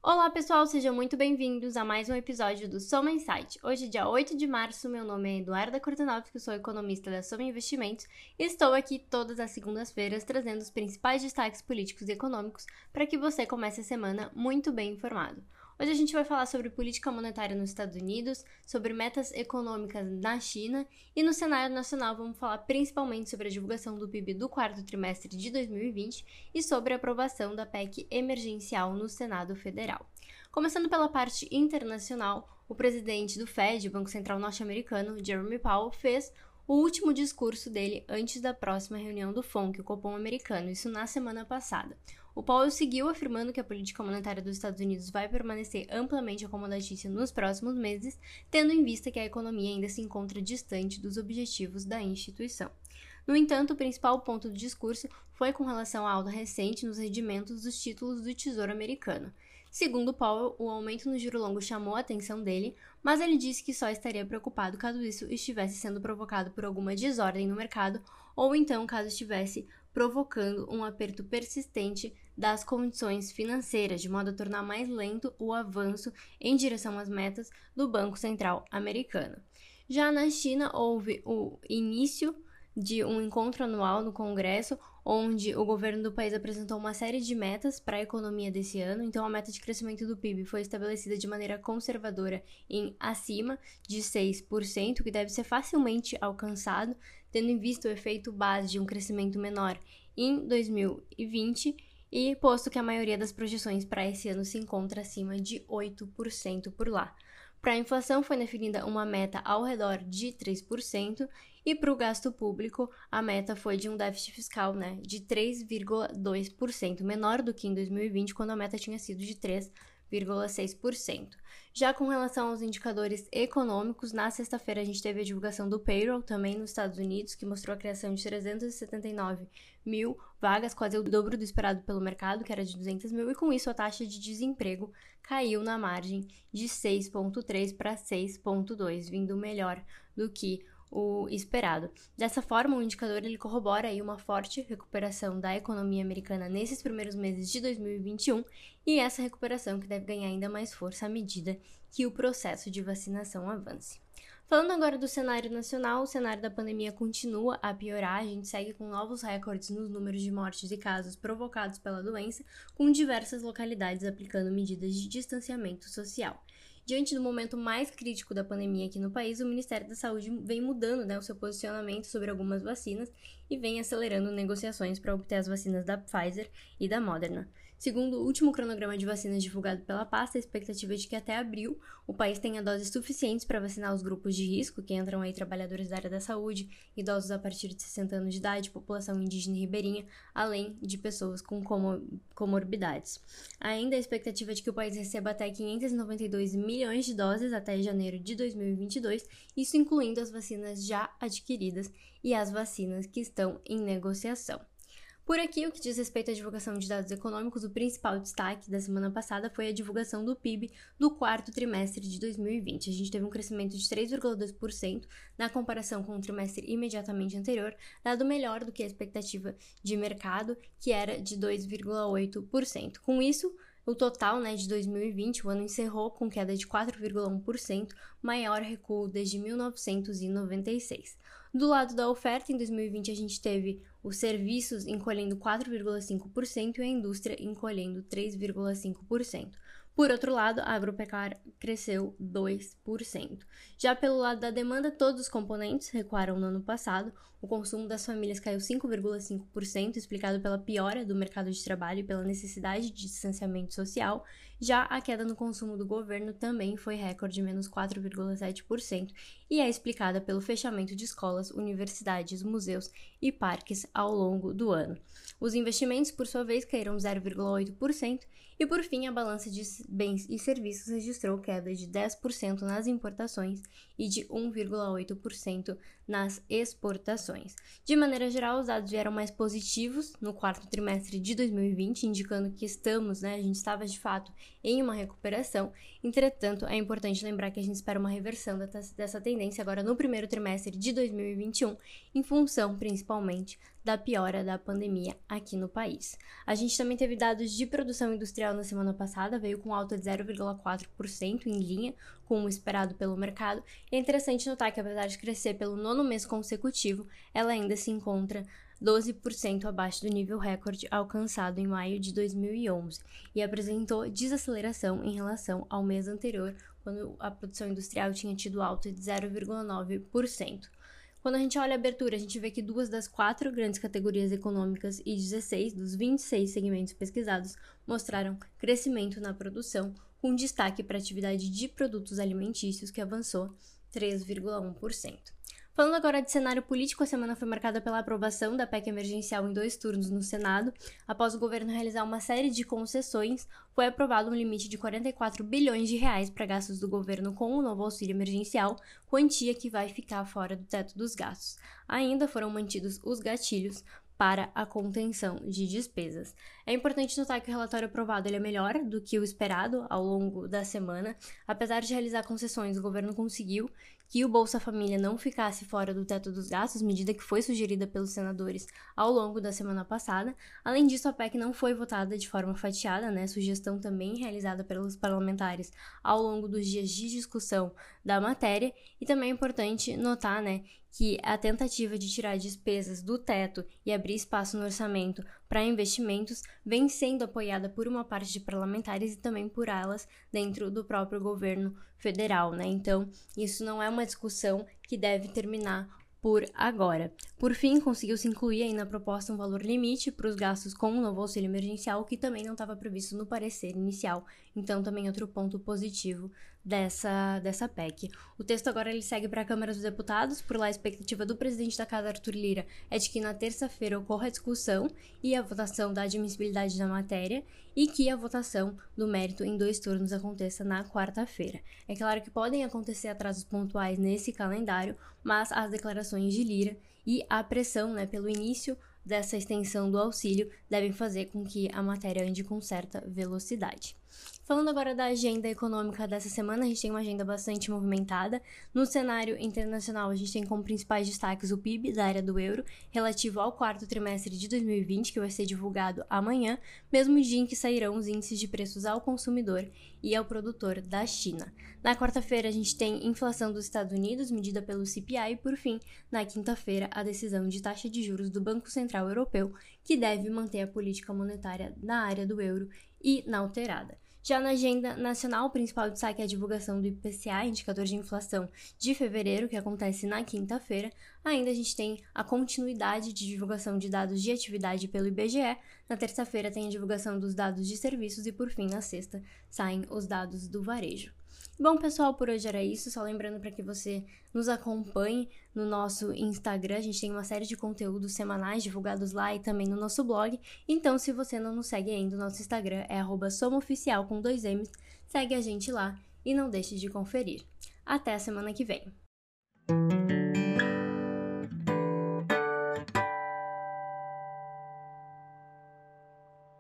Olá pessoal, sejam muito bem-vindos a mais um episódio do Soma Insight. Hoje, dia 8 de março, meu nome é Eduarda Kordanovski, eu sou economista da Soma Investimentos e estou aqui todas as segundas-feiras trazendo os principais destaques políticos e econômicos para que você comece a semana muito bem informado. Hoje a gente vai falar sobre política monetária nos Estados Unidos, sobre metas econômicas na China e no cenário nacional vamos falar principalmente sobre a divulgação do PIB do quarto trimestre de 2020 e sobre a aprovação da PEC emergencial no Senado Federal. Começando pela parte internacional, o presidente do Fed, o Banco Central norte-americano, Jerome Powell, fez o último discurso dele antes da próxima reunião do FONC, o Copom americano, isso na semana passada. O Powell seguiu afirmando que a política monetária dos Estados Unidos vai permanecer amplamente acomodatícia nos próximos meses, tendo em vista que a economia ainda se encontra distante dos objetivos da instituição. No entanto, o principal ponto do discurso foi com relação à alta recente nos rendimentos dos títulos do Tesouro americano. Segundo Powell, o aumento no juro longo chamou a atenção dele, mas ele disse que só estaria preocupado caso isso estivesse sendo provocado por alguma desordem no mercado ou então caso estivesse provocando um aperto persistente das condições financeiras, de modo a tornar mais lento o avanço em direção às metas do Banco Central americano. Já na China, houve o início de um encontro anual no Congresso, onde o governo do país apresentou uma série de metas para a economia desse ano. Então, a meta de crescimento do PIB foi estabelecida de maneira conservadora em acima de 6%, que deve ser facilmente alcançado, tendo em vista o efeito base de um crescimento menor em 2020 e posto que a maioria das projeções para esse ano se encontra acima de 8% por lá. Para a inflação foi definida uma meta ao redor de 3% e para o gasto público a meta foi de um déficit fiscal de 3,2%, menor do que em 2020, quando a meta tinha sido de 3,6%. Já com relação aos indicadores econômicos, na sexta-feira a gente teve a divulgação do payroll também nos Estados Unidos, que mostrou a criação de 379 mil vagas, quase o dobro do esperado pelo mercado, que era de 200 mil, e com isso a taxa de desemprego caiu na margem de 6,3 para 6,2, vindo melhor do que o esperado. Dessa forma, o indicador ele corrobora aí uma forte recuperação da economia americana nesses primeiros meses de 2021 e essa recuperação que deve ganhar ainda mais força à medida que o processo de vacinação avance. Falando agora do cenário nacional, o cenário da pandemia continua a piorar, a gente segue com novos recordes nos números de mortes e casos provocados pela doença, com diversas localidades aplicando medidas de distanciamento social. Diante do momento mais crítico da pandemia aqui no país, o Ministério da Saúde vem mudando o seu posicionamento sobre algumas vacinas e vem acelerando negociações para obter as vacinas da Pfizer e da Moderna. Segundo o último cronograma de vacinas divulgado pela pasta, a expectativa é de que até abril o país tenha doses suficientes para vacinar os grupos de risco, que entram aí trabalhadores da área da saúde, idosos a partir de 60 anos de idade, população indígena e ribeirinha, além de pessoas com comorbidades. Ainda a expectativa é de que o país receba até 592 milhões de doses até janeiro de 2022, isso incluindo as vacinas já adquiridas e as vacinas que estão em negociação. Por aqui, o que diz respeito à divulgação de dados econômicos, o principal destaque da semana passada foi a divulgação do PIB do quarto trimestre de 2020. A gente teve um crescimento de 3,2% na comparação com o trimestre imediatamente anterior, dado melhor do que a expectativa de mercado, que era de 2,8%. Com isso, o total de 2020, o ano encerrou com queda de 4,1%, maior recuo desde 1996. Do lado da oferta, em 2020 a gente teve os serviços encolhendo 4,5% e a indústria encolhendo 3,5%. Por outro lado, a agropecuária cresceu 2%. Já pelo lado da demanda, todos os componentes recuaram no ano passado. O consumo das famílias caiu 5,5%, explicado pela piora do mercado de trabalho e pela necessidade de distanciamento social. Já a queda no consumo do governo também foi recorde, menos 4,7%, e é explicada pelo fechamento de escolas, universidades, museus e parques ao longo do ano. Os investimentos, por sua vez, caíram 0,8%, e por fim, a balança de bens e serviços registrou queda de 10% nas importações e de 1,8% nas exportações. De maneira geral, os dados vieram mais positivos no quarto trimestre de 2020, indicando que a gente estava de fato em uma recuperação. Entretanto, é importante lembrar que a gente espera uma reversão dessa tendência agora no primeiro trimestre de 2021, em função principalmente da piora da pandemia aqui no país. A gente também teve dados de produção industrial na semana passada, veio com alta de 0,4% em linha com o esperado pelo mercado. E é interessante notar que, apesar de crescer pelo 9º mês consecutivo, ela ainda se encontra 12% abaixo do nível recorde alcançado em maio de 2011 e apresentou desaceleração em relação ao mês anterior, quando a produção industrial tinha tido alta de 0,9%. Quando a gente olha a abertura, a gente vê que 2 das 4 grandes categorias econômicas e 16 dos 26 segmentos pesquisados mostraram crescimento na produção, com destaque para a atividade de produtos alimentícios, que avançou 3,1%. Falando agora de cenário político, a semana foi marcada pela aprovação da PEC emergencial em 2 turnos no Senado. Após o governo realizar uma série de concessões, foi aprovado um limite de 44 bilhões de reais para gastos do governo com o novo auxílio emergencial, quantia que vai ficar fora do teto dos gastos. Ainda foram mantidos os gatilhos para a contenção de despesas. É importante notar que o relatório aprovado é melhor do que o esperado ao longo da semana. Apesar de realizar concessões, o governo conseguiu que o Bolsa Família não ficasse fora do teto dos gastos, medida que foi sugerida pelos senadores ao longo da semana passada. Além disso, a PEC não foi votada de forma fatiada, sugestão também realizada pelos parlamentares ao longo dos dias de discussão da matéria. E também é importante notar, que a tentativa de tirar despesas do teto e abrir espaço no orçamento para investimentos vem sendo apoiada por uma parte de parlamentares e também por elas dentro do próprio governo federal, Então, isso não é uma discussão que deve terminar por agora. Por fim, conseguiu-se incluir aí na proposta um valor limite para os gastos com o novo auxílio emergencial, que também não estava previsto no parecer inicial. Então, também outro ponto positivo dessa PEC. O texto agora ele segue para a Câmara dos Deputados. Por lá, a expectativa do presidente da Casa, Arthur Lira, é de que na terça-feira ocorra a discussão e a votação da admissibilidade da matéria e que a votação do mérito em 2 turnos aconteça na quarta-feira. É claro que podem acontecer atrasos pontuais nesse calendário, mas as declarações de Lira e a pressão pelo início dessa extensão do auxílio devem fazer com que a matéria ande com certa velocidade. Falando agora da agenda econômica dessa semana, a gente tem uma agenda bastante movimentada. No cenário internacional, a gente tem como principais destaques o PIB da área do euro, relativo ao quarto trimestre de 2020, que vai ser divulgado amanhã, mesmo dia em que sairão os índices de preços ao consumidor e ao produtor da China. Na quarta-feira, a gente tem inflação dos Estados Unidos, medida pelo CPI, e por fim, na quinta-feira, a decisão de taxa de juros do Banco Central Europeu, que deve manter a política monetária na área do euro inalterada. Já na agenda nacional, o principal destaque é a divulgação do IPCA, indicador de inflação de fevereiro, que acontece na quinta-feira. Ainda a gente tem a continuidade de divulgação de dados de atividade pelo IBGE. Na terça-feira tem a divulgação dos dados de serviços e, por fim, na sexta, saem os dados do varejo. Bom, pessoal, por hoje era isso. Só lembrando para que você nos acompanhe no nosso Instagram. A gente tem uma série de conteúdos semanais divulgados lá e também no nosso blog. Então, se você não nos segue ainda, o nosso Instagram é @somaoficial com 2 M's. Segue a gente lá e não deixe de conferir. Até a semana que vem.